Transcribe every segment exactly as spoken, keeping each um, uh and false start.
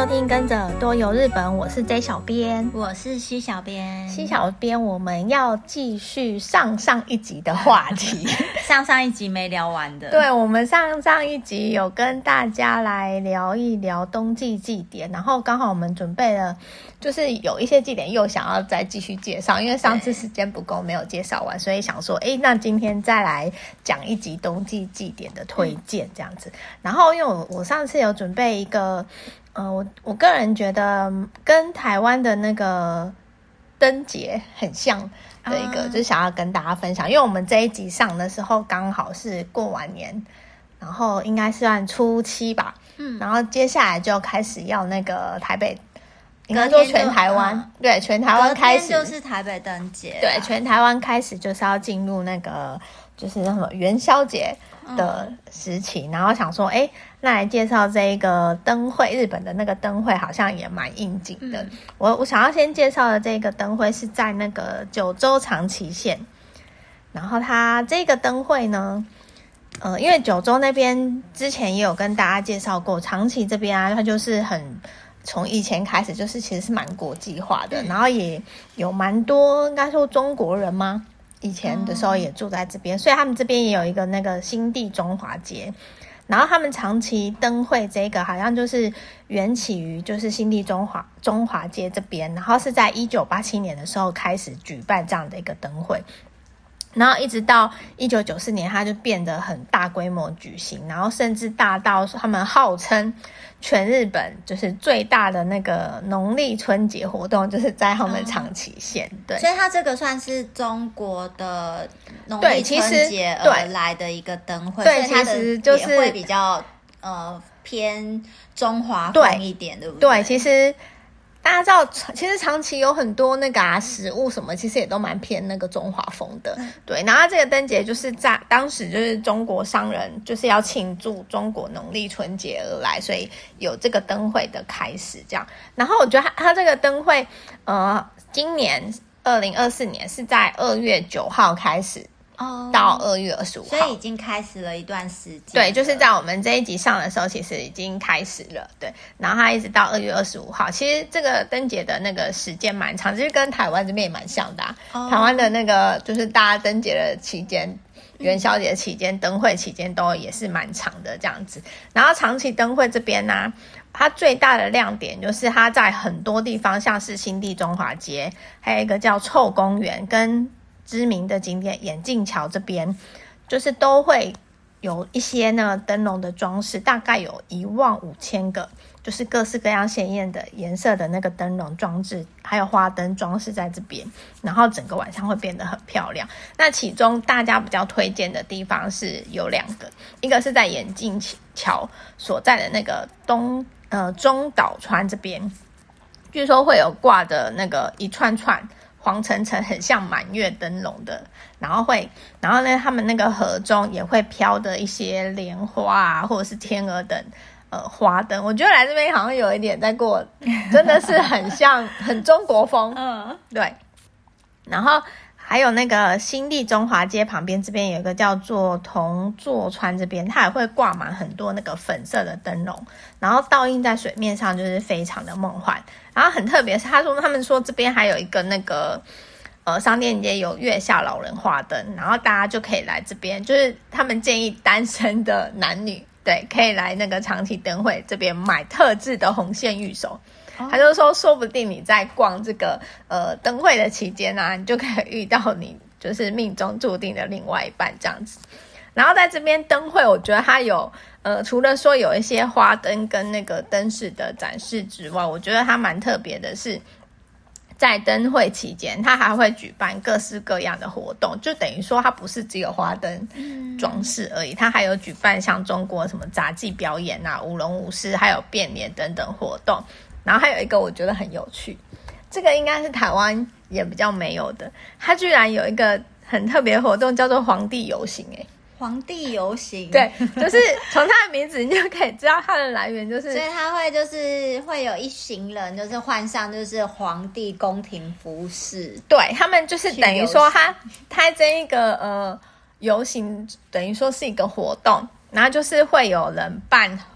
收听跟着多游日本，我是 J 小编， 我是西小编。 西小编，我们要继续上上一集的话题， 上上一集没聊完的。 对，我们上上一集有跟大家来聊一聊冬季祭典，然后刚好我们准备了，就是有一些祭典又想要再继续介绍，因为上次时间不够没有介绍完，所以想说，哎，那今天再来讲一集冬季祭典的推荐这样子。嗯、然后因为我我上次有准备一个。呃，我我个人觉得跟台湾的那个灯节很像的一个， uh, 就是想要跟大家分享，因为我们这一集上的时候刚好是过完年，然后应该是算初七吧，嗯，然后接下来就开始要那个台北，应该说全台湾，嗯、对，全台湾开始就是台北灯节， 对，全台湾开始就是要进入那个就是那什么元宵节的时期，嗯、然后想说，哎。那来介绍这一个灯会，日本的那个灯会好像也蛮应景的。嗯、我我想要先介绍的这个灯会是在那个九州长崎县，然后它这个灯会呢，呃，因为九州那边之前也有跟大家介绍过，长崎这边啊，它就是很从以前开始就是其实是蛮国际化的，嗯、然后也有蛮多应该说中国人吗？以前的时候也住在这边，嗯、所以他们这边也有一个那个新地中华街。然后他们长崎灯会这个好像就是缘起于就是新地中华中华街这边，然后是在一九八七年的时候开始举办这样的一个灯会，然后一直到一九九四年它就变得很大规模举行，然后甚至大到他们号称全日本就是最大的那个农历春节活动就是在他们长崎县，嗯、对， 所以它这个算是中国的农历春节而来的一个灯会， 对， 所以它的其实就是也会比较呃偏中华风一点，对不对？ 对，其实大家知道，其实长崎有很多那个啊食物什么，其实也都蛮偏那个中华风的。嗯、对，然后这个灯节就是在当时就是中国商人就是要庆祝中国农历春节而来，所以有这个灯会的开始这样。然后我觉得它它这个灯会，呃，今年二零二四年是在二月九号开始。到二月二十五号， 所以已经开始了一段时间。 对，就是在我们这一集上的时候，其实已经开始了。对，然后它一直到二月二十五号。其实这个灯节的那个时间蛮长，其实跟台湾这边也蛮像的、啊。哦、台湾的那个就是大家灯节的期间、元宵节期间、灯会期间都也是蛮长的这样子。然后长崎灯会这边呢、啊，它最大的亮点就是它在很多地方，像是新地中华街，还有一个叫臭公园跟。知名的景点眼镜桥这边，就是都会有一些呢灯笼的装饰，大概有一万五千个，就是各式各样鲜艳的颜色的那个灯笼装置，还有花灯装饰在这边，然后整个晚上会变得很漂亮。那其中大家比较推荐的地方是有两个，一个是在眼镜桥所在的那个东呃中岛川这边，据说会有挂的那个一串串。黄澄澄很像满月灯笼的，然后会，然后呢，他们那个河中也会飘的一些莲花啊，或者是天鹅等呃花灯。我觉得来这边好像有一点在过，真的是很像很中国风，嗯，对。然后还有那个新地中华街旁边这边有一个叫做铜座川这边，它也会挂满很多那个粉色的灯笼，然后倒映在水面上，就是非常的梦幻。然后很特别是，他说他们说这边还有一个那个呃商店街有月下老人花灯，然后大家就可以来这边，就是他们建议单身的男女对可以来那个长崎灯会这边买特制的红线玉手。哦、他就说说不定你在逛这个呃灯会的期间啊，你就可以遇到你就是命中注定的另外一半这样子。然后在这边灯会，我觉得它有呃，除了说有一些花灯跟那个灯饰的展示之外，我觉得它蛮特别的是，在灯会期间，它还会举办各式各样的活动，就等于说它不是只有花灯装饰而已，它还有举办像中国什么杂技表演啊、舞龙舞狮，还有变脸等等活动。然后还有一个我觉得很有趣，这个应该是台湾也比较没有的，它居然有一个很特别的活动叫做皇帝游行耶。 皇帝游行， 对，就是从他的名字你就可以知道他的来源，就是所以他会就是会有一行人就是换上就是皇帝宫廷服饰， 对，他们就是等于说他他这一个呃游行等于说是一个活动，然后就是会有人扮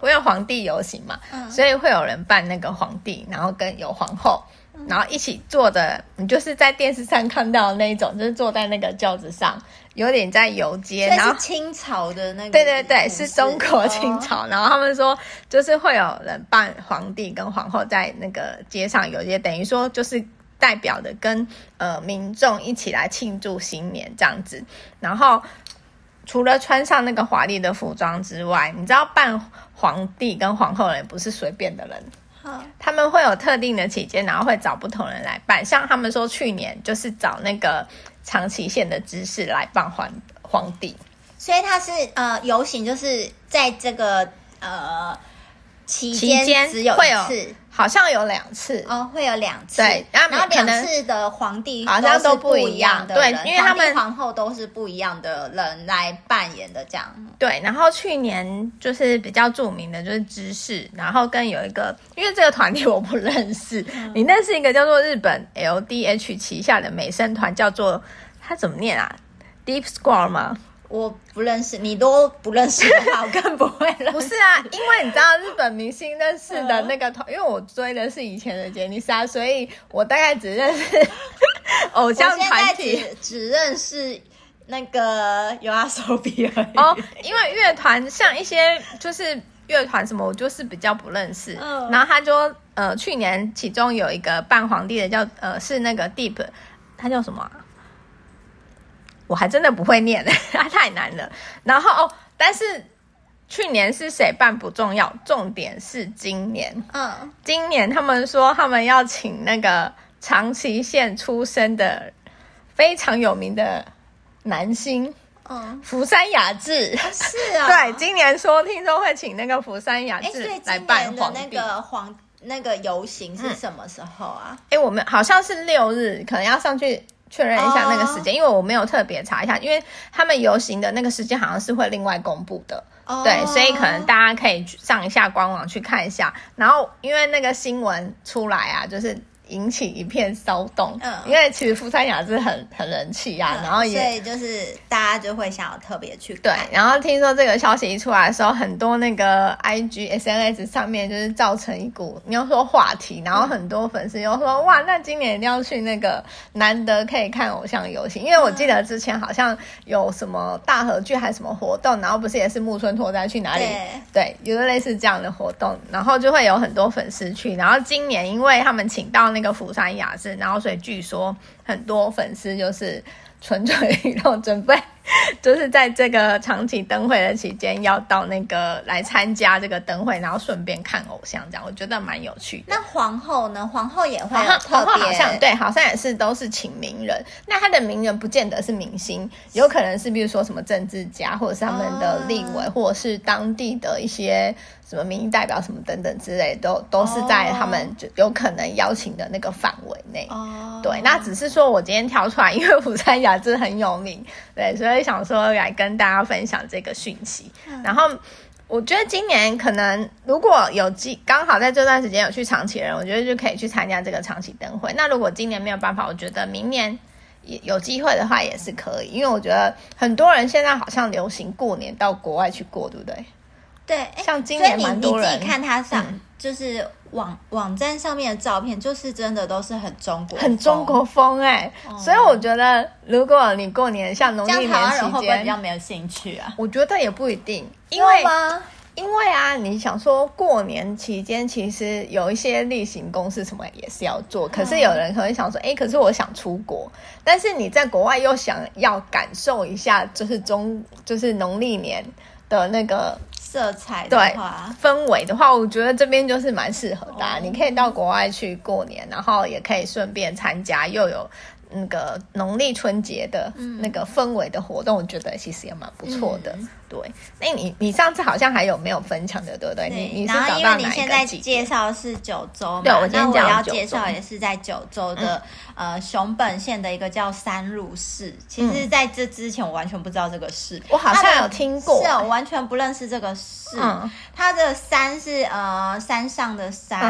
因为皇帝游行嘛，嗯、所以会有人扮那个皇帝，然后跟有皇后。然后一起坐的，你就是在电视上看到的那一种，就是坐在那个轿子上，有点在游街。 然后是清朝的那个， 对对对，是中国清朝。哦、然后他们说，就是会有人扮皇帝跟皇后在那个街上游街，等于说就是代表的跟呃民众一起来庆祝新年这样子。然后除了穿上那个华丽的服装之外，你知道扮皇帝跟皇后的人不是随便的人。他们会有特定的期间，然后会找不同人来扮。像他们说去年就是找那个长崎县的知事来扮皇皇帝， 所以他是呃游行，就是在这个呃期间只有一次， 好像有两次哦，会有两次， 对， 然后两次的皇帝好像都不一样的对，因为他们皇后都是不一样的人来扮演的这样。 对，然后去年就是比较著名的就是知事，然后跟有一个，因为这个团体我不认识，嗯、你认识一个叫做日本 L D H 旗下的美声团，叫做它怎么念啊 ？Deep Squad 吗？ 我不认识，你都不认识的话，我更不会认识。 不是啊，因为你知道日本明星认识的那个团，因为我追的是以前的杰尼斯啊，所以我大概只认识偶像团体， 只, 只认识那个 YOASOBI 而已。 哦，因为乐团像一些就是乐团什么，我就是比较不认识。嗯，然后他就呃，去年其中有一个扮皇帝的叫呃是那个 Deep， 他叫什么、啊？我还真的不会念，它太难了。然后哦，但是去年是谁办不重要，重点是今年。嗯，今年他们说他们要请那个长崎县出生的非常有名的男星，嗯，福山雅治。 啊是啊、哦， 对，今年说听说会请那个福山雅治来扮皇帝。 那个皇那个游行是什么时候啊？ 哎、嗯，我们好像是六日，可能要上去确认一下那个时间， oh. 因为我没有特别查一下，因为他们游行的那个时间好像是会另外公布的。Oh. 对，所以可能大家可以上一下官网去看一下。然后因为那个新闻出来啊，就是引起一片骚动，嗯，因为其实福山雅治很很人气啊，嗯、然后也所以就是大家就会想要特别去看。 对，然后听说这个消息一出来的时候，很多那个 I G S N S 上面就是造成一股你要说话题，然后很多粉丝又说、嗯、哇，那今年一定要去那个难得可以看偶像游行，因为我记得之前好像有什么大合剧还是什么活动，然后不是也是木村拓哉去哪里，对，有类似这样的活动，然后就会有很多粉丝去，然后今年因为他们请到那个福山雅治，然后所以据说很多粉丝就是蠢蠢欲动，准备就是在这个长崎灯会的期间要到那个来参加这个灯会，然后顺便看偶像，这样我觉得蛮有趣的。 那皇后呢？皇后也会有特别， 皇后好像对，好像也是都是请名人。那他的名人不见得是明星，有可能是比如说什么政治家，或者是他们的立委，哦、或者是当地的一些什么民意代表什么等等之类，都都是在他们就有可能邀请的那个范围内。哦，对，那只是说我今天挑出来，因为福山雅治很有名，对，所以想说来跟大家分享这个讯息。嗯、然后我觉得今年可能如果有机刚好在这段时间有去长崎的人，我觉得就可以去参加这个长崎灯会。那如果今年没有办法，我觉得明年也有机会的话也是可以，因为我觉得很多人现在好像流行过年到国外去过，对不对？ 对， 像今年蛮多人， 所以你你自己看他上、嗯、就是网网站上面的照片，就是真的都是很中国风， 很中国风哎、欸嗯。所以我觉得，如果你过年像农历年期间， 这样台湾人会不会比较没有兴趣啊？ 我觉得也不一定，因为吗？因为啊，你想说过年期间，其实有一些例行公事什么也是要做，可是有人可能想说，哎，可是我想出国，但是你在国外又想要感受一下，就是中就是农历年的那个色彩的话， 对氛围的话，我觉得这边就是蛮适合的、啊哦。你可以到国外去过年，然后也可以顺便参加又有那个农历春节的那个氛围的活动，我觉得其实也蛮不错的。嗯、对，那你你上次好像还有没有分享的，对不对？对你你是找到哪一个？ 然后因为你现在介绍的是九州嘛， 对，我今天讲九州，那我要介绍也是在九州的、嗯、呃熊本县的一个叫三鹿市。其实在这之前我完全不知道这个市， 我好像有听过， 是我完全不认识这个市。嗯、它的山是呃山上的山。嗯，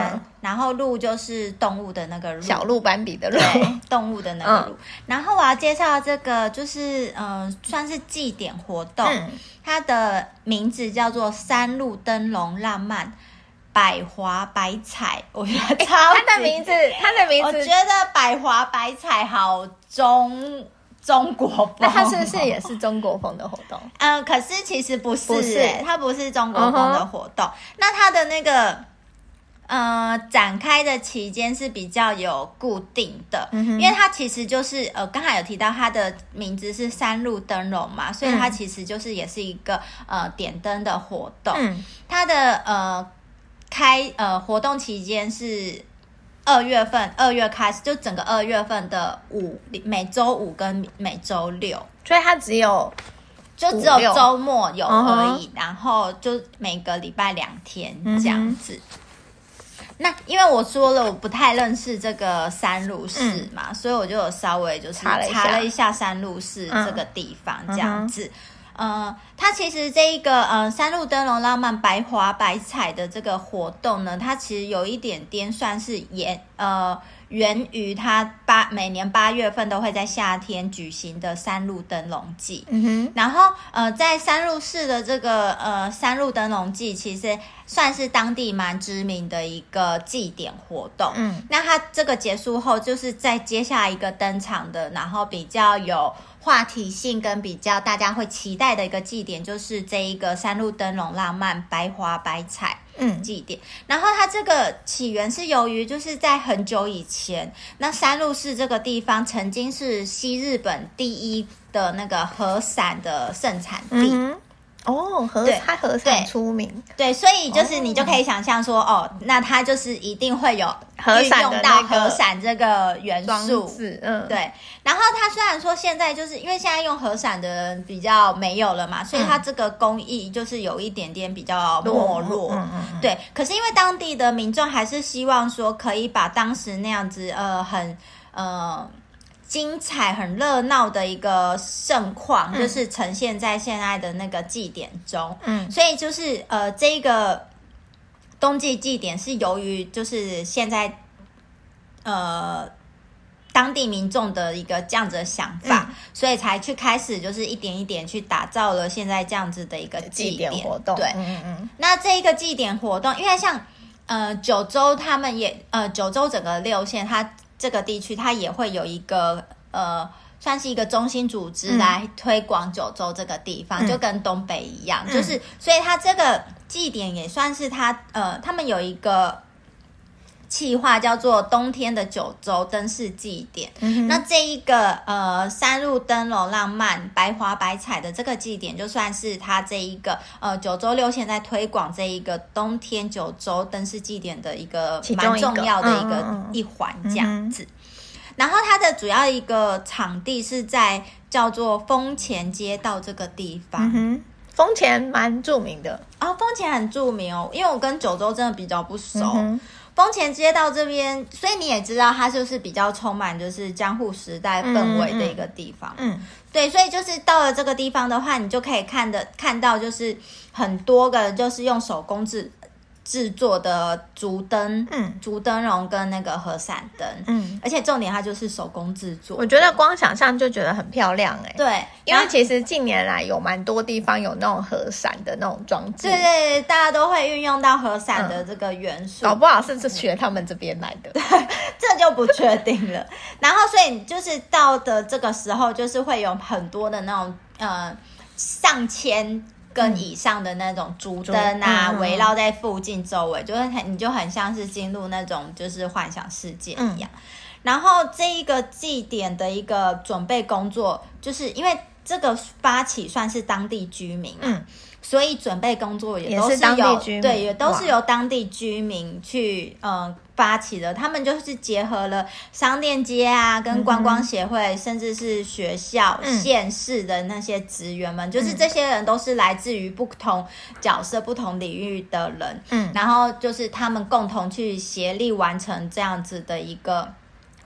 然后鹿就是动物的那个鹿， 小鹿斑比的鹿， 对，动物的那个鹿。嗯、然后我要介绍这个就是呃，算是祭典活动，嗯、它的名字叫做三鹿灯笼浪漫百华百彩，我觉得超级、欸、 它的名字，它的名字， 我觉得百华百彩好中。中国风， 那它是不是也是中国风的活动？ 嗯、呃，可是其实不是、欸，不是，它不是中国风的活动。Uh-huh. 那它的那个呃展开的期间是比较有固定的，嗯、因为它其实就是呃刚才有提到它的名字是三鹿灯笼嘛，所以它其实就是也是一个呃点灯的活动。嗯、它的呃开呃活动期间是。二月份，二月开始，就整个二月份的五，每周五跟每周六， 所以它只有就只有周末有而已， uh-huh. 然后就每个礼拜两天这样子。嗯、那因为我说了我不太认识这个三鹿市嘛，嗯、所以我就有稍微就是查了一下三鹿市这个地方、嗯、这样子。呃，它其实这一个呃三鹿灯笼浪漫百华百彩的这个活动呢，它其实有一点点算是源呃源于它八每年八月份都会在夏天举行的三鹿灯笼季。嗯哼，然后呃在三鹿市的这个呃三鹿灯笼季，其实算是当地蛮知名的一个祭典活动。嗯，那它这个结束后，就是在接下来一个登场的，然后比较有话题性跟比较大家会期待的一个祭典，就是这一个三鹿灯笼浪漫百华百彩嗯祭典。然后它这个起源是由于就是在很久以前，那三鹿市这个地方曾经是西日本第一的那个和伞的盛产地。嗯哦，和它和伞出名， 对，所以就是你就可以想象说，哦，那它就是一定会有运用到和伞这个元素，嗯，对。然后它虽然说现在就是因为现在用和伞的人比较没有了嘛，所以它这个工艺就是有一点点比较没落，嗯嗯嗯对。可是因为当地的民众还是希望说可以把当时那样子呃很呃。精彩很热闹的一个盛况、嗯、就是呈现在现在的那个祭典中，嗯，所以就是呃这个冬季祭典是由于就是现在呃当地民众的一个这样子的想法、嗯、所以才去开始就是一点一点去打造了现在这样子的一个祭典活动， 对，嗯嗯，那这一个祭典活动因为像呃九州他们也呃九州整个六县它这个地区它也会有一个呃，算是一个中心组织来推广九州这个地方、嗯、就跟东北一样、嗯、就是所以它这个祭典也算是它呃，他们有一个企划叫做冬天的九州灯饰祭典、嗯、那这一个呃三鹿灯笼浪漫百华百彩的这个祭典就算是它这一个呃九州六县在推广这一个冬天九州灯饰祭典的一个蛮重要的一个嗯嗯嗯一环这样子、嗯，然后它的主要一个场地是在叫做丰前街道这个地方。嗯哼， 丰前蛮著名的哦，丰前很著名哦，因为我跟九州真的比较不熟。嗯、丰前街道这边，所以你也知道它就是比较充满就是江户时代氛围的一个地方。嗯，嗯对，所以就是到了这个地方的话，你就可以看的看到就是很多个就是用手工制。制作的竹灯，嗯，竹灯笼跟那个和伞灯，嗯，而且重点它就是手工制作。 我觉得光想象就觉得很漂亮哎、欸。 对， 因为其实近年来有蛮多地方有那种和伞的那种装置， 对对对，大家都会运用到和伞的这个元素， 嗯、搞不好是学他们这边来的， 这就不确定了。然后所以就是到的这个时候，就是会有很多的那种呃上千。跟以上的那种竹灯啊，围绕、嗯、在附近周围，就是很你就很像是进入那种就是幻想世界一样。嗯、然后这一个祭典的一个准备工作，就是因为这个发起算是当地居民、啊，嗯，所以准备工作也都是由也是当地居民对，也都是由当地居民去嗯发起的。他们就是结合了商店街啊，跟观光协会，嗯、甚至是学校、嗯、县市的那些职员们，就是这些人都是来自于不同角色、不同领域的人，嗯，然后就是他们共同去协力完成这样子的一个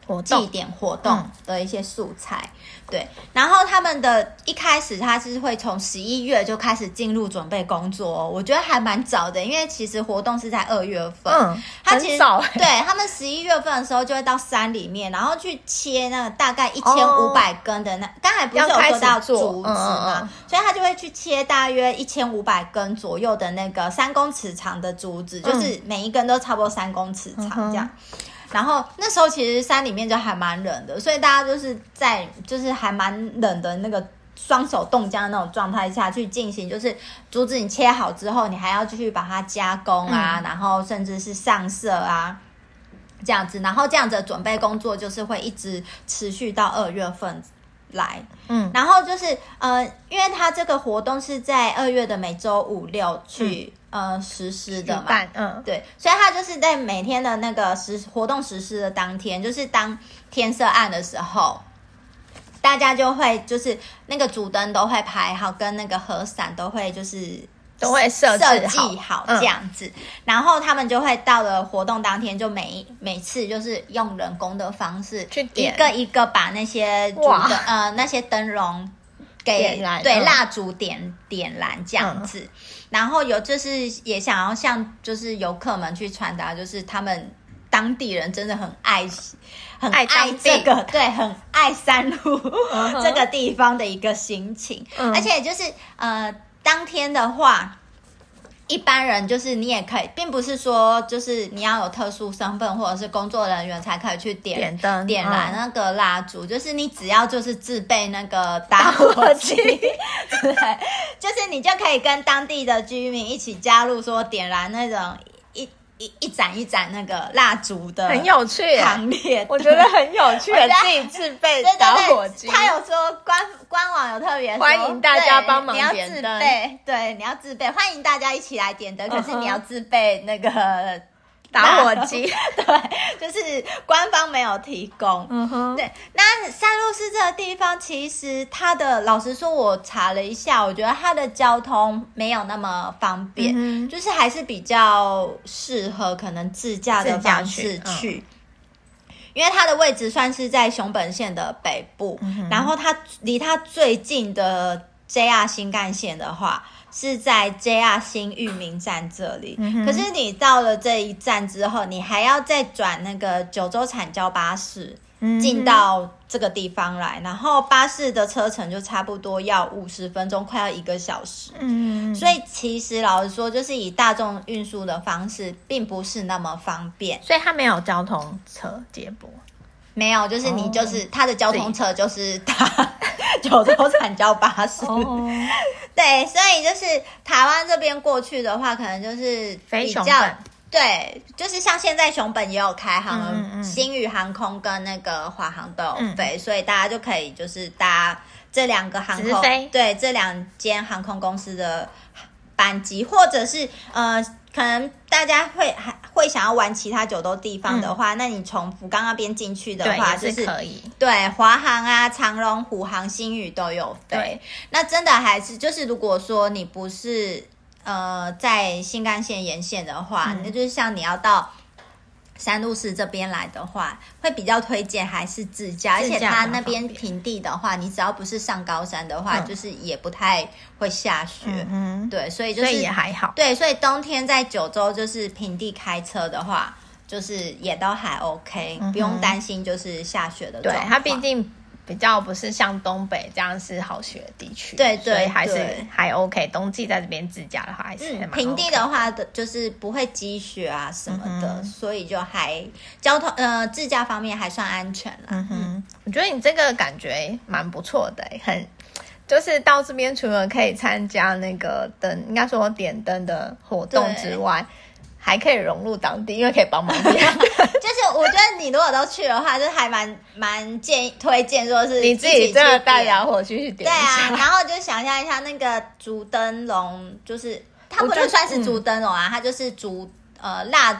祭典活动的一些素材。嗯、对，然后他们的一开始他是会从十一月就开始进入准备工作、哦，我觉得还蛮早的，因为其实活动是在二月份， 嗯， 他其实很早、欸、 对他们十一月份的时候就会到山里面，然后去切那个大概一千五百根的那，刚、哦、才不是有说到竹子嘛、嗯，所以他就会去切大约一千五百根左右的那个三公尺长的竹子，嗯、就是每一根都差不多三公尺长这样。嗯，然后那时候其实山里面就还蛮冷的，所以大家就是在就是还蛮冷的那个双手冻僵的那种状态下去进行，就是竹子你切好之后，你还要继续把它加工啊、嗯，然后甚至是上色啊这样子，然后这样子的准备工作就是会一直持续到二月份来。嗯，然后就是呃，因为它这个活动是在二月的每周五六去、嗯、呃实施的嘛，嗯，对，所以它就是在每天的那个实活动实施的当天，就是当天色暗的时候，大家就会就是那个主灯都会排好，跟那个和伞都会就是都会设计好这样子、嗯，然后他们就会到了活动当天，就每每次就是用人工的方式去点一个一个把那些主的呃那些灯笼给对、嗯、蜡烛点点燃这样子、嗯，然后有就是也想要向就是游客们去传达，就是他们当地人真的很爱很爱这个对很爱山路、嗯、这个地方的一个心情、嗯，而且就是呃。当天的话，一般人就是你也可以，并不是说就是你要有特殊身份或者是工作人员才可以去点点灯、 点燃那个蜡烛、嗯，就是你只要就是自备那个打火机，对，就是你就可以跟当地的居民一起加入说点燃那种一一一盏一盏那个蜡烛的， 很有趣行列， 我觉得很有趣，自己自备打火机。 他有说官官网有特别说欢迎大家帮忙点灯， 你要自备，对，你要自备，欢迎大家一起来点灯，可是你要自备那个打火机， 对，就是官方没有提供。嗯哼，对。那三路市这个地方，其实它的老实说，我查了一下，我觉得它的交通没有那么方便，嗯、就是还是比较适合可能自驾的方式去。去嗯、因为它的位置算是在熊本县的北部，嗯、然后它离它最近的 J R 新干线的话。是在 J R 新裕民站这里、嗯，可是你到了这一站之后，你还要再转那个九州产交巴士进到这个地方来、嗯，然后巴士的车程就差不多要五十分钟，快要一个小时。嗯，所以其实老实说，就是以大众运输的方式，并不是那么方便。 所以它没有交通车接驳。 没有，就是你就是它、哦、的交通车就是它九州产交巴士、哦，对，所以就是台湾这边过去的话，可能就是比较对，就是像现在熊本也有开航，嗯嗯星宇航空跟那个华航都有飞、嗯，所以大家就可以就是搭这两个航空，对，这两间航空公司的班机，或者是呃。可能大家会还会想要玩其他九州地方的话，嗯、那你从福冈那边进去的话，就是可以对华航啊、长荣、虎航、星宇都有飞。对，那真的还是就是如果说你不是呃在新干线沿线的话，那、嗯、就是像你要到三路市这边来的话，会比较推荐还是自驾，而且它那边平地的话，你只要不是上高山的话，嗯、就是也不太会下雪。嗯，对，所以就是所以也还好。 对，所以冬天在九州就是平地开车的话，就是也都还 OK，、嗯、不用担心就是下雪的状况。 对，它毕竟比较不是像东北这样是好雪的地区， 对对， 所以还是还 OK。冬季在这边自驾的话，还是蛮 OK、嗯、 平地的话的，就是不会积雪啊什么的，嗯、所以就还交通呃自驾方面还算安全啦。嗯哼，我觉得你这个感觉蛮不错的，很就是到这边除了可以参加那个灯，应该说点灯的活动之外。还可以融入当地，因为可以帮忙点。 就是我觉得你如果都去的话，就还蛮蛮建议推荐，说是你自己真的带打火去去点。 对啊，然后就想象一下那个竹灯笼，就是它不能算是竹灯笼啊，嗯、它就是竹呃蜡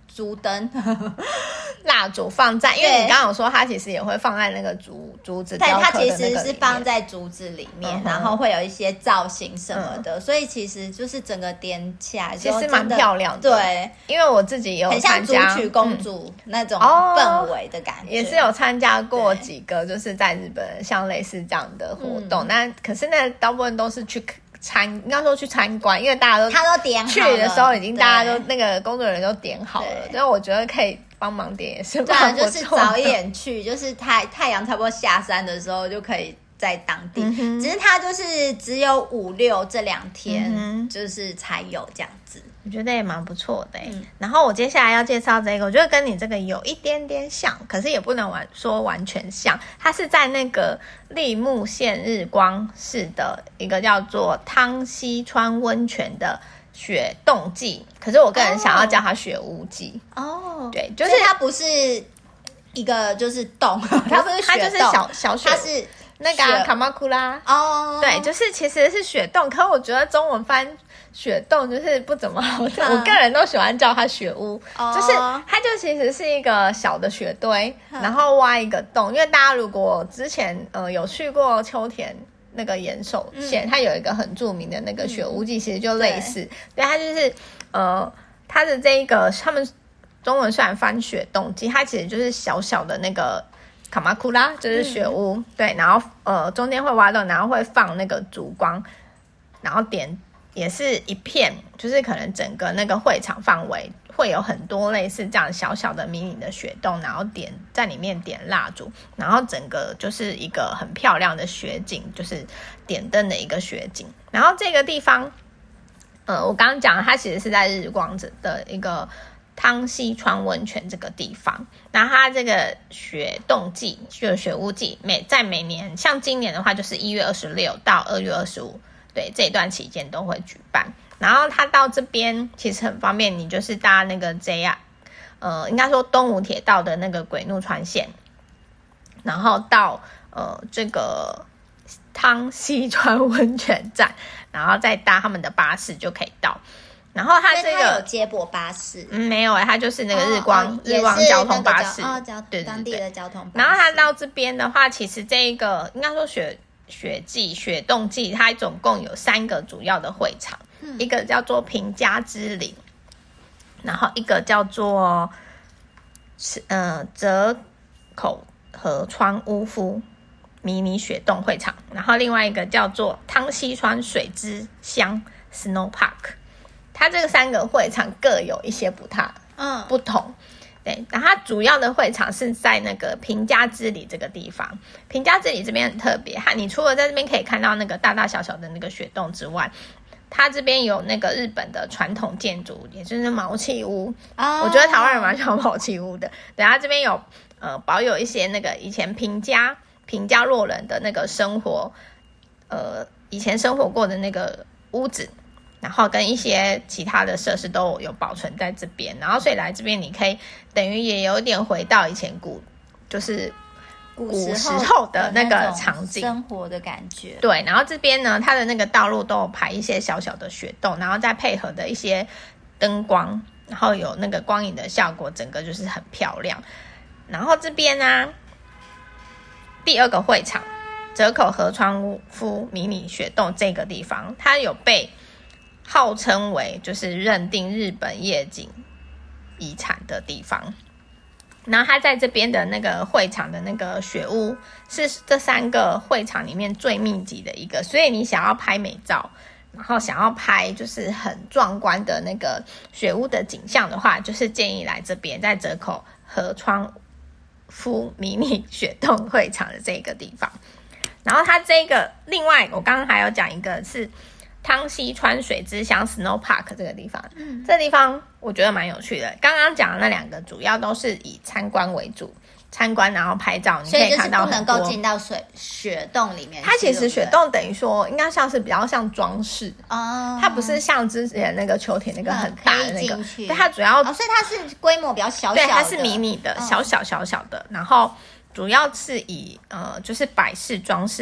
竹灯蜡烛放在，因为你刚刚有说它其实也会放在那个竹竹子雕刻的那个里面， 对，它其实是放在竹子里面，嗯、然后会有一些造型什么的，嗯、所以其实就是整个点起来其实蛮漂亮的。 对， 因为我自己也有参加， 很像竹取公主那种氛围的感觉， 嗯哦、也是有参加过几个，就是在日本像类似这样的活动。那、嗯、可是那大部分都是去参，应该说去参观，因为大家都他都点好了， 去的时候已经大家都那个工作人员都点好了，所以我觉得可以帮忙点也是蛮不错的。 对，就是早一点去，就是太太阳差不多下山的时候就可以在当地。嗯、只是它就是只有五六这两天，嗯、就是才有这样子。 我觉得也蛮不错的、欸嗯、然后我接下来要介绍这个，我觉得跟你这个有一点点像，可是也不能完说完全像。它是在那个立木县日光市的一个叫做汤溪川温泉的雪冻季，可是我个人想要叫它雪屋季。 哦， 对，就是它不是一个就是洞，它不是雪冻， 它就是小小雪， 它是那个卡马库拉。 哦， 对，就是其实是雪冻，可我觉得中文翻雪冻就是不怎么好听、嗯、我个人都喜欢叫它雪屋、哦、就是它就其实是一个小的雪堆、嗯、然后挖一个洞，因为大家如果之前呃有去过秋田那个岩手县、嗯、它有一个很著名的那个雪屋季、嗯、其实就类似， 对, 对它就是呃它的这一个他们中文虽然翻雪冻季，它其实就是小小的那个卡马库拉，就是雪屋、嗯、对，然后呃中间会挖洞，然后会放那个烛光，然后点也是一片，就是可能整个那个会场范围会有很多类似这样小小的迷你的雪洞，然后点在里面点蜡烛，然后整个就是一个很漂亮的雪景，就是点灯的一个雪景。然后这个地方呃，我刚刚讲它其实是在日光的一个汤溪川温泉这个地方，然后它这个雪冻季就是雪屋季，每在每年像今年的话就是一月二十六到二月二十五，对，这一段期间都会举办。然后它到这边其实很方便，你就是搭那个 J R 呃，应该说东武铁道的那个鬼怒川线，然后到呃这个汤溪川温泉站，然后再搭他们的巴士就可以到。然后它这个它有接驳巴士， 嗯，没有哎、欸，它就是那个日光、哦哦、日光交通巴士， 哦，交对当地的交通巴士。 然后它到这边的话，其实这一个应该说雪雪季、雪冻季，它总共有三个主要的会场，嗯、一个叫做平家之岭，然后一个叫做呃泽口河川屋夫迷你雪冻会场，然后另外一个叫做汤溪川水之乡 Snow Park。它这个三个会场各有一些不太嗯不同，对，然后它主要的会场是在那个平家之里这个地方。平家之里这边很特别，它你除了在这边可以看到那个大大小小的那个雪洞之外，它这边有那个日本的传统建筑，也就是毛器屋、哦、我觉得台湾人蛮喜欢毛器屋的。对，它这边有呃保有一些那个以前平家平家落人的那个生活，呃以前生活过的那个屋子，然后跟一些其他的设施都有保存在这边，然后所以来这边你可以等于也有点回到以前古就是古时候的那个场景生活的感觉。 对，然后这边呢它的那个道路都有排一些小小的雪洞，然后再配合的一些灯光，然后有那个光影的效果，整个就是很漂亮。然后这边呢、啊、第二个会场泽口河川夫迷你雪洞这个地方，它有被号称为就是认定日本夜景遗产的地方。然后它在这边的那个会场的那个雪屋是这三个会场里面最密集的一个，所以你想要拍美照，然后想要拍就是很壮观的那个雪屋的景象的话，就是建议来这边，在泽口河川夫迷你雪洞会场的这个地方。然后它这个另外我刚刚还有讲一个是汤溪川水之乡 Snow Park 这个地方、嗯、这个地方我觉得蛮有趣的。刚刚讲的那两个主要都是以参观为主，参观然后拍照，你可以看到很多， 所以就是不能够进到水雪洞里面。 它其实雪洞等于说应该像是比较像装饰哦， 它不是像之前那个秋田那个很大的那个、嗯、 对， 它主要、 哦、所以它是规模比较小小的， 对，它是迷你的、哦、小小小小的，然后主要是以呃就是摆饰装饰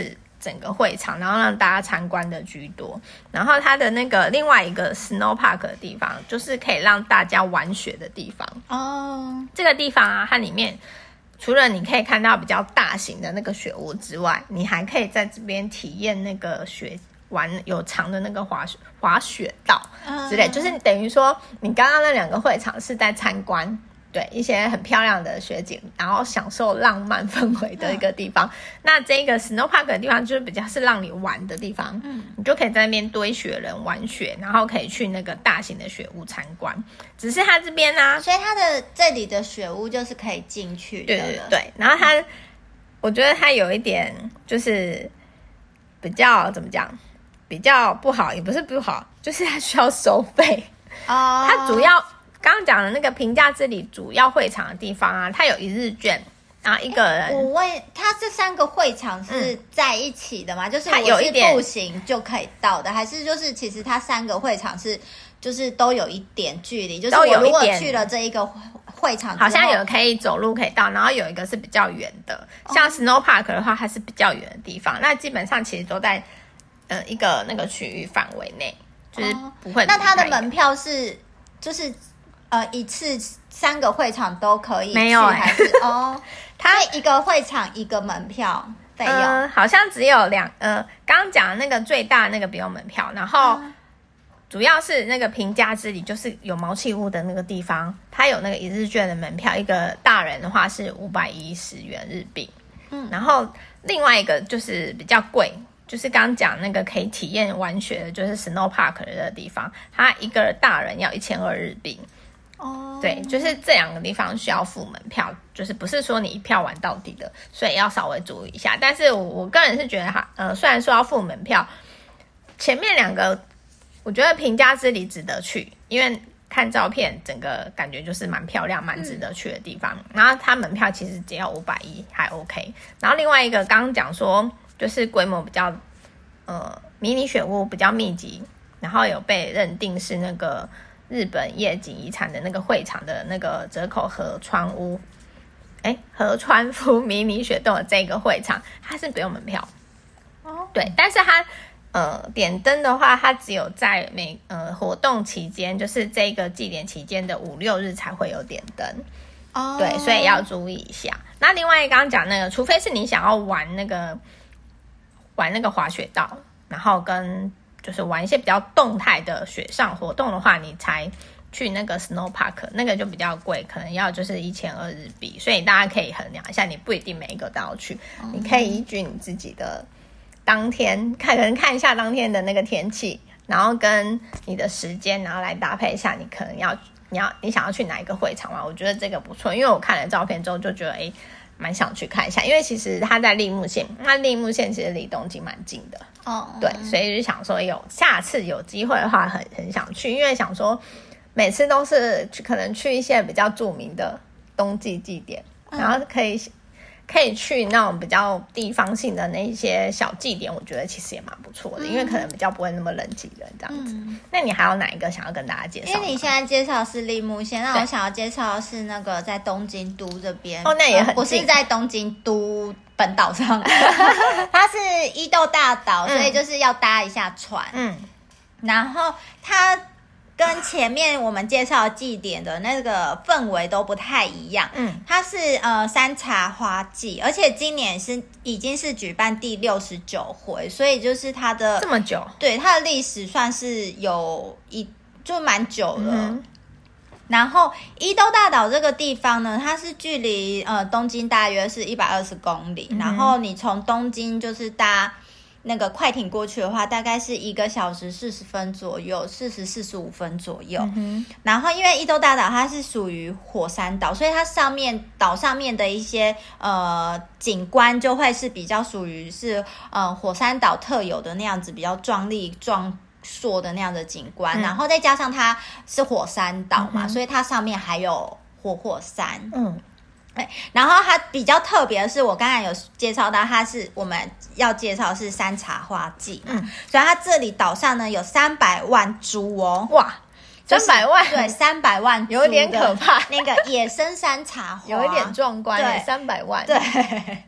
整个会场，然后让大家参观的居多。然后它的那个另外一个 Snow Park 的地方，就是可以让大家玩雪的地方哦。这个地方啊，它里面除了你可以看到比较大型的那个雪屋之外，你还可以在这边体验那个雪。玩有长的那个滑雪滑雪道之类，嗯、就是等于说你刚刚那两个会场是在参观，对一些很漂亮的雪景，然后享受浪漫氛围的一个地方。嗯、那这个 Snow Park 的地方就是比较是让你玩的地方，嗯，你就可以在那边堆雪人玩雪，然后可以去那个大型的雪屋参观。只是它这边呢、啊， 所以它的这里的雪屋就是可以进去的， 对对对。然后它，我觉得它有一点就是比较怎么讲？比较不好，也不是不好，就是它需要收费哦。Oh. 它主要刚刚讲的那个平价之里主要会场的地方啊，它有一日券，然后一个人。 我问，它这三个会场是在一起的吗？嗯、就是我是步行就可以到的，还是就是其实它三个会场是就是都有一点距离？就是我如果去了这一个会场之后， 好像有可以走路可以到，然后有一个是比较远的，像 Snow Park 的话，它是比较远的地方。那基本上其实都在。呃，一个那个区域范围内，就是不会、哦。 那它的门票是，就是呃一次三个会场都可以去， 没有、欸、 还是哦？它一个会场一个门票费用、 呃，好像只有两呃，刚刚讲的那个最大那个不用门票，然后主要是那个平价之里，就是有毛器屋的那个地方，它有那个一日券的门票，一个大人的话是五百一十元日币，嗯，然后另外一个就是比较贵。就是刚刚讲那个可以体验玩雪的，就是 Snow Park 的地方，它一个大人要一千二日币。哦，对，就是这两个地方需要付门票，就是不是说你一票玩到底的，所以要稍微注意一下。但是我我个人是觉得哈，呃，虽然说要付门票，前面两个我觉得平价之里值得去，因为看照片整个感觉就是蛮漂亮、蛮值得去的地方。嗯、然后它门票其实只要五百一，还 OK。然后另外一个刚刚讲说。就是规模比较，呃，迷你雪屋比较密集，然后有被认定是那个日本夜景遗产的那个会场的那个折口河川屋，哎，河川夫迷你雪洞的这个会场，它是不用门票，哦，对，但是它呃点灯的话，它只有在每呃活动期间，就是这个祭典期间的五六日才会有点灯。哦，对，所以要注意一下。那另外刚刚讲那个，除非是你想要玩那个。玩那个滑雪道，然后跟就是玩一些比较动态的雪上活动的话，你才去那个 Snow Park， 那个就比较贵，可能要就是一千二日币，所以大家可以衡量一下，你不一定每一个都要去，嗯、你可以依据你自己的当天看，可能看一下当天的那个天气，然后跟你的时间，然后来搭配一下，你可能要你要你想要去哪一个会场嘛？我觉得这个不错，因为我看了照片之后就觉得，哎。蛮想去看一下，因为其实它在立木县，那立木县其实离东京蛮近的哦，对，所以就想说有下次有机会的话很，很很想去，因为想说每次都是去可能去一些比较著名的冬季祭典，嗯、然后可以可以去那种比较地方性的那些小祭典，我觉得其实也蛮不错的，嗯、因为可能比较不会那么人挤人这样子。嗯、那你还有哪一个想要跟大家介绍？ 因为你现在介绍的是立木县，那我想要介绍的是那个在东京都这边哦，那也很近， 不是在东京都本岛上，它是伊豆大岛，嗯、所以就是要搭一下船。嗯，然后它。跟前面我们介绍的祭典的那个氛围都不太一样，嗯，它是呃山茶花祭，而且今年是已经是举办第六十九回，所以就是它的这么久， 对它的历史算是有一就蛮久了。嗯、然后伊豆大岛这个地方呢，它是距离呃东京大约是一百二十公里，嗯、然后你从东京就是搭。那个快艇过去的话，大概是一个小时四十分左右，四十四十五分左右。嗯、然后，因为伊豆大岛它是属于火山岛，所以它上面岛上面的一些呃景观就会是比较属于是呃火山岛特有的那样子，比较壮丽壮硕的那样的景观。嗯、然后再加上它是火山岛嘛，嗯、所以它上面还有活火山。嗯。然后它比较特别的是，我刚才有介绍到，它是我们要介绍的是山茶花祭嘛，嗯、所以它这里岛上呢有三百万株哦， 哇，三百万， 对，三百万有点可怕， 那个野生山茶花有一点壮观，对，三百万， 对。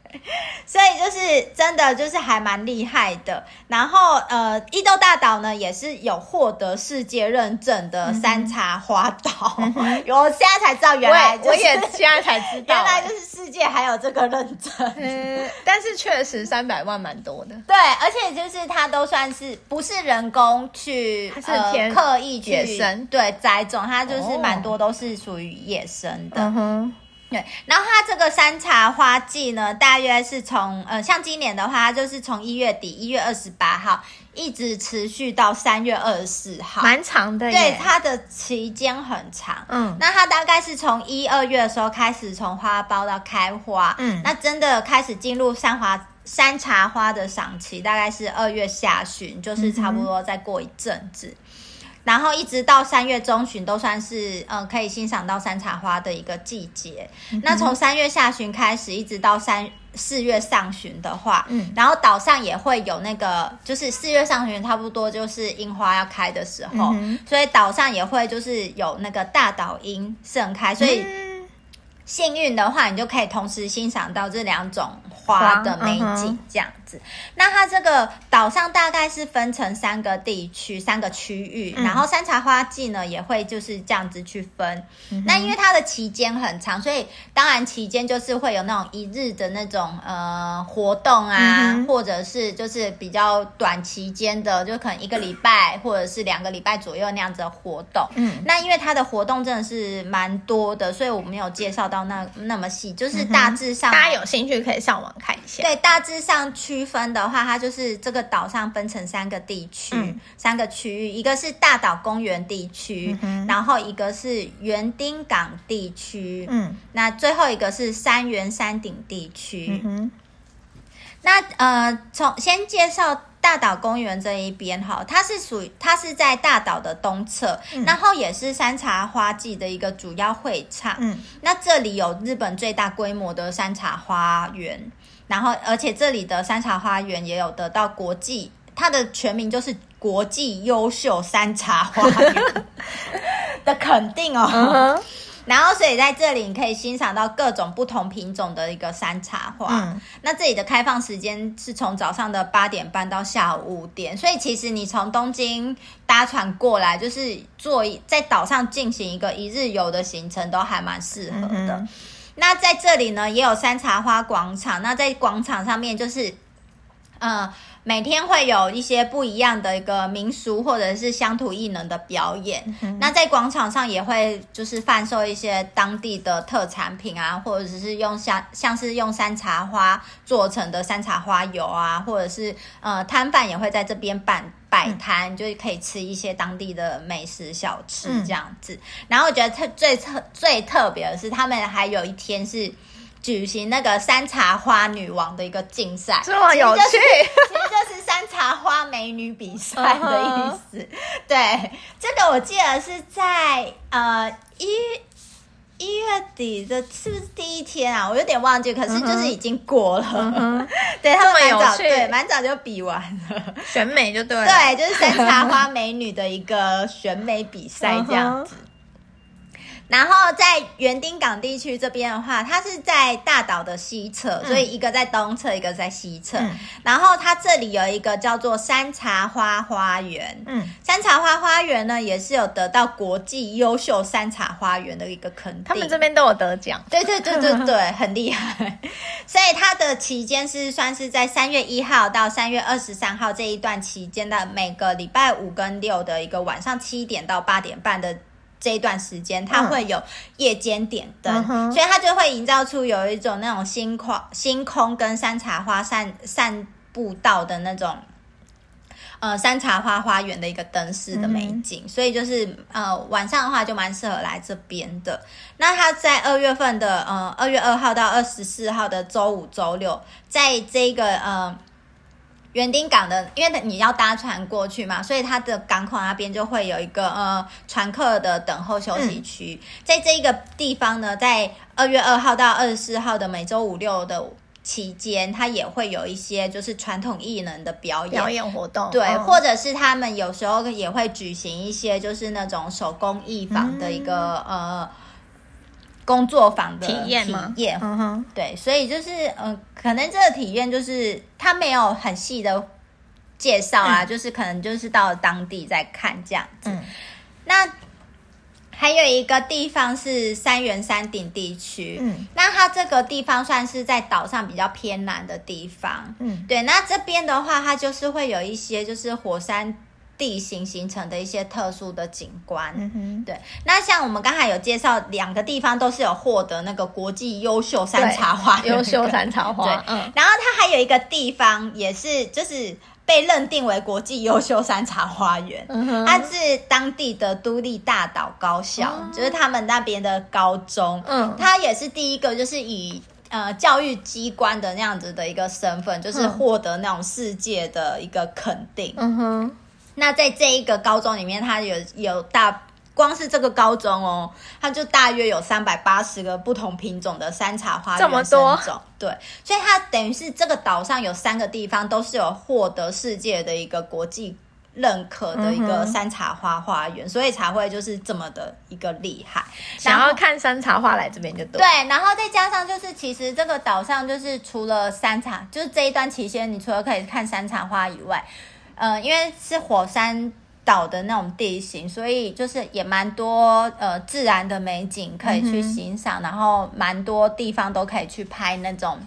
所以就是真的就是还蛮厉害的。然后呃，伊豆大岛呢也是有获得世界认证的山茶花岛，嗯、我现在才知道原来、就是、 我也现在才知道， 原来就是世界还有这个认证。 嗯，但是确实三百万蛮多的。 对，而且就是它都算是不是人工去， 它是天、 呃、刻意去野生对栽种，它就是蛮多都是属于野生的。 嗯哼。 对，然后它这个山茶花季呢，大约是从呃，像今年的话，它就是从一月底一月二十八号一直持续到三月二十四号， 蛮长的耶。 对，它的期间很长。嗯，那它大概是从一二月的时候开始从花苞到开花，嗯，那真的开始进入山花山茶花的赏期，大概是二月下旬，就是差不多再过一阵子。嗯，然后一直到三月中旬都算是呃可以欣赏到山茶花的一个季节。嗯、那从三月下旬开始，一直到三四月上旬的话，嗯，然后岛上也会有那个，就是四月上旬差不多就是樱花要开的时候，嗯、所以岛上也会就是有那个大岛樱盛开，所以。嗯幸运的话，你就可以同时欣赏到这两种花的美景，这样子。嗯、那它这个岛上大概是分成三个地区、三个区域，嗯、然后山茶花季呢也会就是这样子去分。嗯、那因为它的期间很长，所以当然期间就是会有那种一日的那种呃活动啊，嗯、或者是就是比较短期间的，就可能一个礼拜或者是两个礼拜左右那样子的活动。嗯，那因为它的活动真的是蛮多的，所以我没有介绍到。那那么细，就是大致上、嗯、 大家有兴趣可以上网看一下。 对，大致上区分的话，它就是这个岛上分成三个地区、嗯、三个区域，一个是大岛公园地区、嗯、然后一个是园丁港地区，嗯，那最后一个是山原山顶地区。嗯、那呃，从先介绍大岛公园这一边哈，它是属于它是在大岛的东侧，嗯、然后也是山茶花季的一个主要会场。嗯，那这里有日本最大规模的山茶花园，然后而且这里的山茶花园也有得到国际，它的全名就是国际优秀山茶花园的肯定哦。Uh-huh.然后所以在这里你可以欣赏到各种不同品种的一个山茶花。嗯、那这里的开放时间是从早上的八点半到下午五点，所以其实你从东京搭船过来，就是做在岛上进行一个一日游的行程都还蛮适合的。嗯、那在这里呢也有山茶花广场，那在广场上面就是呃每天会有一些不一样的一个民俗或者是乡土艺能的表演。嗯、那在广场上也会就是贩售一些当地的特产品啊，或者是用像像是用山茶花做成的山茶花油啊，或者是呃摊贩也会在这边办摆摊，嗯、就可以吃一些当地的美食小吃这样子。嗯、然后我觉得特最特最特别的是，他们还有一天是举行那个山茶花女王的一个竞赛， 这么有趣， 其实就是山茶花美女比赛的意思。Uh-huh. 对，这个我记得是在呃一一月底的，是不是第一天啊？我有点忘记，可是就是已经过了。Uh-huh. 对，他们蛮早，对，蛮早就比完了， 选美就对了。 对，就是山茶花美女的一个选美比赛这样子。Uh-huh.然后在园丁港地区这边的话，它是在大岛的西侧，嗯、所以一个在东侧，一个在西侧。嗯、然后它这里有一个叫做山茶花花园。嗯，山茶花花园呢，也是有得到国际优秀山茶花园的一个肯定。 他们这边都有得奖。 对对对对对，很厉害。所以它的期间是算是在三月一号到三月二十三号这一段期间的每个礼拜五跟六的一个晚上七点到八点半的。这一段时间它会有夜间点灯，嗯、所以它就会营造出有一种那种星空星空跟山茶花散散步道的那种呃山茶花花园的一个灯饰的美景。嗯、所以就是呃晚上的话就蛮适合来这边的。那它在二月份的呃二月二号到二十四号的周五周六，在这个呃园丁港的，因为你要搭船过去嘛，所以它的港口那边就会有一个呃船客的等候休息区。嗯、在这一个地方呢，在二月二号到二十四号的每周五六的期间，它也会有一些就是传统艺能的表演表演活动， 对，嗯、或者是他们有时候也会举行一些就是那种手工艺坊的一个、嗯、呃。 工作坊的体验吗？ 体验， 嗯哼， 对，所以就是嗯、呃，可能这个体验就是它没有很细的介绍啊，嗯、就是可能就是到当地再看这样子。嗯、那还有一个地方是三元山顶地区，嗯，那它这个地方算是在岛上比较偏南的地方，嗯，对，那这边的话，它就是会有一些就是火山地形形成的一些特殊的景观，嗯哼，对，那像我们刚才有介绍两个地方都是有获得那个国际优秀山茶花、 那個，优秀山茶花， 对，嗯，然后它还有一个地方也是就是被认定为国际优秀山茶花园，嗯、它是当地的都立大岛高校，嗯、就是他们那边的高中，嗯，它也是第一个就是以呃教育机关的那样子的一个身份，就是获得那种世界的一个肯定，嗯哼。那在这一个高中里面，它有有大。光是这个高中哦，它就大约有三百八十个不同品种的山茶花原生种，对，所以它等于是这个岛上有三个地方都是有获得世界的一个国际认可的一个山茶花花园，嗯、所以才会就是这么的一个厉害。 想要看山茶花来这边就对。 对，然后再加上就是其实这个岛上就是除了山茶，就是这一段期间，你除了可以看山茶花以外，呃，因为是火山岛的那种地形，所以就是也蛮多呃自然的美景可以去欣赏，嗯、然后蛮多地方都可以去拍那种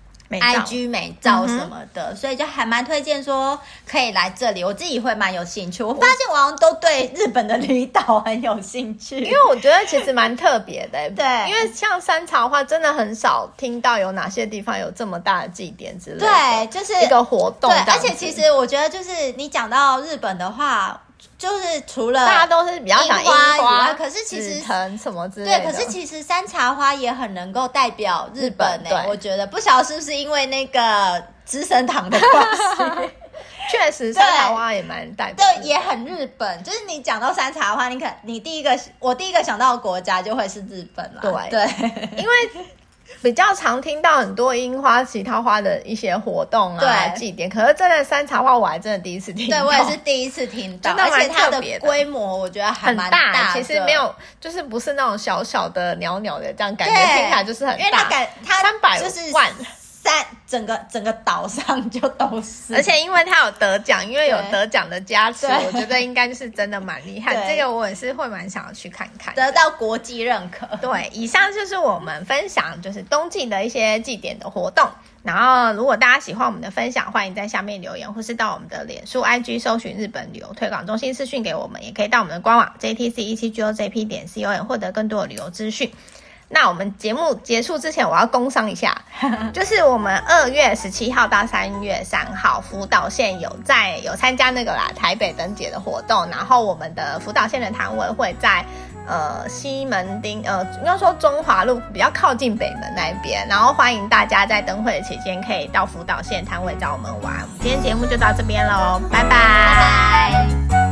I G 美照什么的，嗯、所以就还蛮推荐说可以来这里。我自己会蛮有兴趣，我发现我好像都对日本的离岛很有兴趣， 因为我觉得其实蛮特别的。 对， 因为像山茶花真的很少听到有哪些地方有这么大的祭典之类的， 对，就是一个活动。 对，而且其实我觉得就是你讲到日本的话。就是除了大家都是比较想樱花以外， 可是其实藤什么之类的， 对，可是其实山茶花也很能够代表日本诶、欸，我觉得不晓得是不是因为那个资生堂的关系。 确实，山茶花也蛮代表， 对，也很日本。就是你讲到山茶花，你可你第一个，我第一个想到的国家就会是日本啦。 对对， 因为比较常听到很多樱花、其他花的一些活动啊、祭典，可是真的山茶花我还真的第一次听到。 对，我也是第一次听到，而且它的规模我觉得还蛮大， 大其实没有，就是不是那种小小的、袅袅的这样感觉，听起来就是很大， 因为它感它三百万。 在整个整个岛上就都是， 而且因为他有得奖，因为有得奖的加持，我觉得应该就是真的蛮厉害。这个我也是会蛮想要去看看， 得到国际认可。 对，以上就是我们分享就是冬季的一些祭典的活动。然后如果大家喜欢我们的分享，欢迎在下面留言，或是到我们的脸书 I G 搜寻日本旅游推广中心私讯给我们，也可以到我们的官网 J T C 一七 G O J P 点 C O M 获得更多的旅游资讯。那我们节目结束之前，我要工商一下，就是我们二月十七号到三月三号，福岛县有在有参加那个啦台北灯节的活动，然后我们的福岛县的摊位会在呃西门町呃应该说中华路比较靠近北门那一边，然后欢迎大家在灯会的期间可以到福岛县摊位找我们玩。我们今天节目就到这边咯，拜拜。 拜拜。